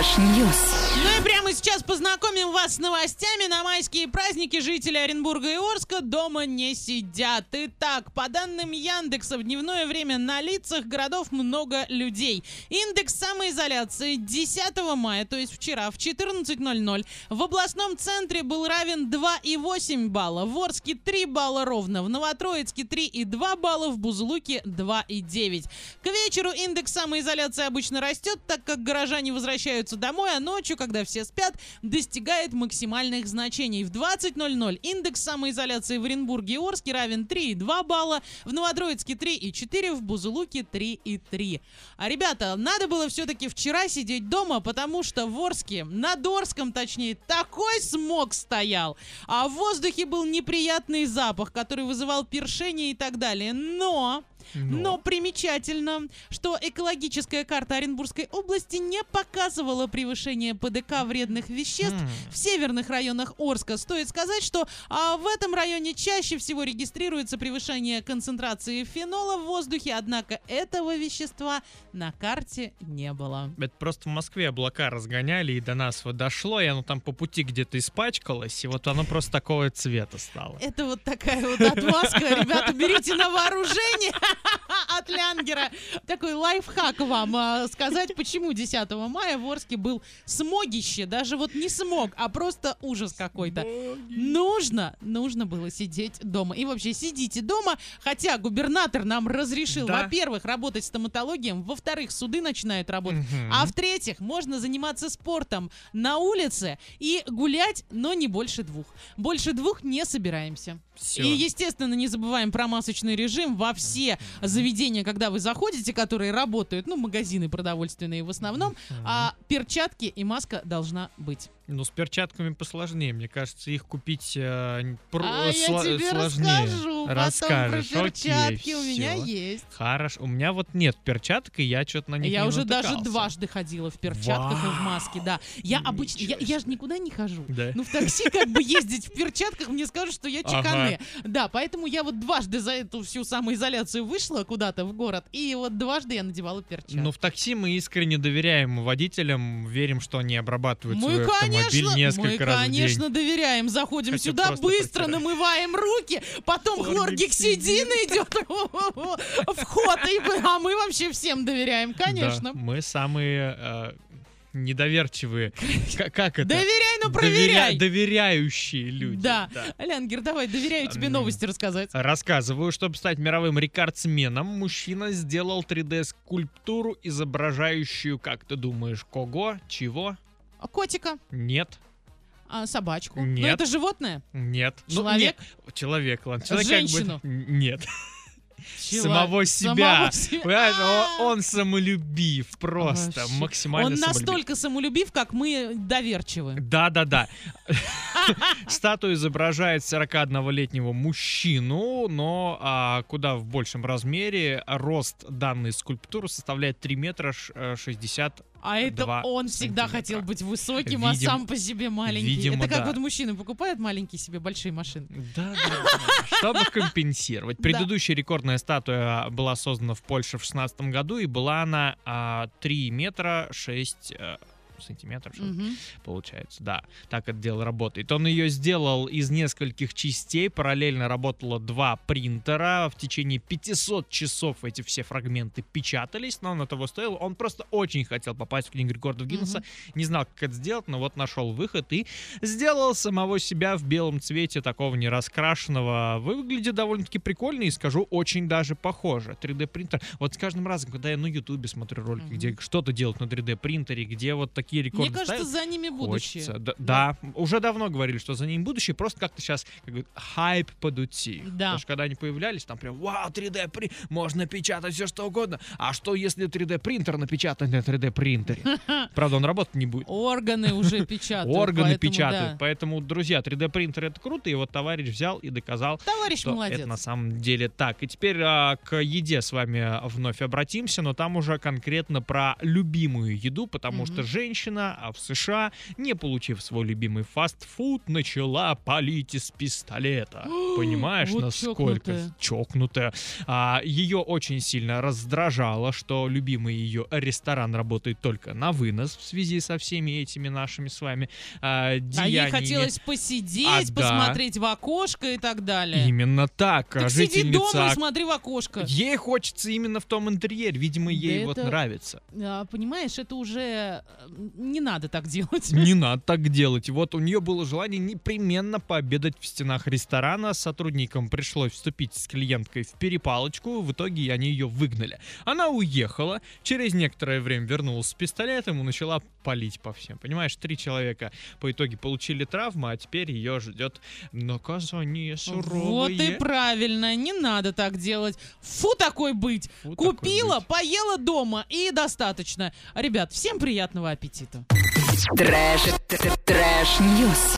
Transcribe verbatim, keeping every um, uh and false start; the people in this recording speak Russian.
Фреш-Ньюс. Ну и прямо сейчас познакомим вас с новостями. На майские праздники жители Оренбурга и Орска дома не сидят. Итак, по данным Яндекса, в дневное время на лицах городов много людей. Индекс самоизоляции десятого мая, то есть вчера, в четырнадцать ноль ноль, в областном центре был равен два и восемь балла, в Орске три балла ровно, в Новотроицке три и два балла, в Бузулуке два и девять. К вечеру индекс самоизоляции обычно растет, так как горожане возвращаются домой, а ночью, когда все спят, достигает максимальных значений. В двадцать ноль ноль индекс самоизоляции в Оренбурге и Орске равен три и два балла, в Новотроицке три и четыре, в Бузулуке три и три. А, ребята, надо было все-таки вчера сидеть дома, потому что в Орске, над Орском точнее, такой смог стоял, а в воздухе был неприятный запах, который вызывал першение и так далее. Но... Но. Но примечательно, что экологическая карта Оренбургской области не показывала превышение ПДК вредных веществ mm. в северных районах Орска. Стоит сказать, что а, в этом районе чаще всего регистрируется превышение концентрации фенола в воздухе, однако этого вещества на карте не было. Это просто в Москве облака разгоняли, и до нас вот дошло, и оно там по пути где-то испачкалось, и вот оно просто такого цвета стало. Это вот такая вот отмазка. Ребята, берите на вооружение от Лянгера. Такой лайфхак вам а, сказать, почему десятого мая в Орске был смогище. Даже вот не смог, а просто ужас какой-то. Нужно, нужно было сидеть дома. И вообще сидите дома, хотя губернатор нам разрешил, да. Во-первых, работать стоматологией, во-вторых, суды начинают работать, угу. А в-третьих, можно заниматься спортом на улице и гулять, но не больше двух. Больше двух не собираемся. Все. И, естественно, не забываем про масочный режим во все заведения, когда вы заходите, которые работают, ну, магазины продовольственные в основном, а перчатки и маска должна быть. Ну, с перчатками посложнее. Мне кажется, их купить э, про- а сло- я тебе сложнее. расскажу Расскажешь. потом про перчатки. Окей, у меня все. есть. Хорошо. У меня вот нет перчаток, и я что-то на них я не уже натыкался. даже дважды ходила в перчатках Вау. и в маске, да. Я обычно, я, я же никуда не хожу. Да. Ну, в такси как бы ездить в перчатках, мне скажут, что я чеканы. Ага. Да, поэтому я вот дважды за эту всю самоизоляцию вышла куда-то в город, и вот дважды я надевала перчатки. Ну, в такси мы искренне доверяем водителям, верим, что они обрабатывают мы, свой конечно, автомобиль несколько мы, раз в день. конечно, доверяем. Заходим Хотя сюда, быстро протирать. намываем руки, потом хлоргексидин идет в ход, а мы вообще всем доверяем, конечно. Да, мы самые... Э, недоверчивые. Как это? Доверяй, но проверяй. Доверя... Доверяющие люди. Да. да. Лянгер, давай, доверяю тебе новости рассказать. Рассказываю. Чтобы стать мировым рекордсменом, мужчина сделал три дэ-скульптуру, изображающую, как ты думаешь, кого? Чего? Котика. Нет. А, собачку. Нет. Но это животное? Нет. Человек? Ну, нет. Человек, ладно. Человек Женщину? Как бы... Нет. Чего? Самого себя. Самого себя. Понимаешь, он, он самолюбив просто, Вообще. максимально Он самолюбив. настолько самолюбив, как мы доверчивы. Да-да-да. Статуя изображает сорокаоднолетнего мужчину, но а, куда в большем размере. Рост данной скульптуры составляет три метра шестьдесят А это он всегда хотел быть высоким, а сам по себе маленький. Это как вот мужчины покупают маленькие себе большие машины. Да, да, чтобы компенсировать. Предыдущая рекордная статуя была создана в Польше в шестнадцатом году, и была она а, три метра шесть сантиметров, угу. получается, да, так это дело работает. Он ее сделал из нескольких частей, параллельно работало два принтера, в течение пятисот часов эти все фрагменты печатались, но он этого стоил, он просто очень хотел попасть в книгу рекордов Гиннесса, угу. не знал, как это сделать, но вот нашел выход и сделал самого себя в белом цвете, такого не раскрашенного. Выглядит довольно-таки прикольно и, скажу, очень даже похоже. три дэ-принтер, вот с каждым разом, когда я на ютубе смотрю ролики, угу. где что-то делают на три дэ-принтере, где вот такие рекорды Мне кажется, ставят, за ними будущее. Да, да. да, уже давно говорили, что за ними будущее, просто как-то сейчас как бы, хайп подути. Да. Потому что когда они появлялись, там прям, вау, три дэ-принтер, можно печатать все что угодно. А что, если три дэ-принтер напечатать на три дэ-принтере? Правда, он работать не будет. Органы уже печатают. Органы печатают. Поэтому, друзья, три дэ-принтер — это круто, и вот товарищ взял и доказал, что это на самом деле так. И теперь к еде с вами вновь обратимся, но там уже конкретно про любимую еду, потому что Женя женщина а в США, не получив свой любимый фастфуд, начала палить из пистолета. Понимаешь, вот насколько чокнутая. чокнутая. А, ее очень сильно раздражало, что любимый ее ресторан работает только на вынос в связи со всеми этими нашими с вами а, деяниями. А ей хотелось посидеть, А, посмотреть да. в окошко и так далее. Именно так. Так жительница... сиди дома и смотри в окошко. Ей хочется именно в том интерьере. Видимо, ей да вот это... нравится. А, понимаешь, это уже не надо так делать. Не надо так делать. Вот у нее было желание непременно пообедать в стенах ресторана. Сотрудникам пришлось вступить с клиенткой в перепалочку. В итоге они ее выгнали. Она уехала. Через некоторое время вернулась с пистолетом и начала палить по всем. Понимаешь, три человека по итоге получили травму, а теперь ее ждет наказание суровое. Вот и правильно, не надо так делать. Фу такой быть. Фу Купила, быть. Поела дома и достаточно. Ребят, всем приятного аппетита. Трэш, трэш, ньюс.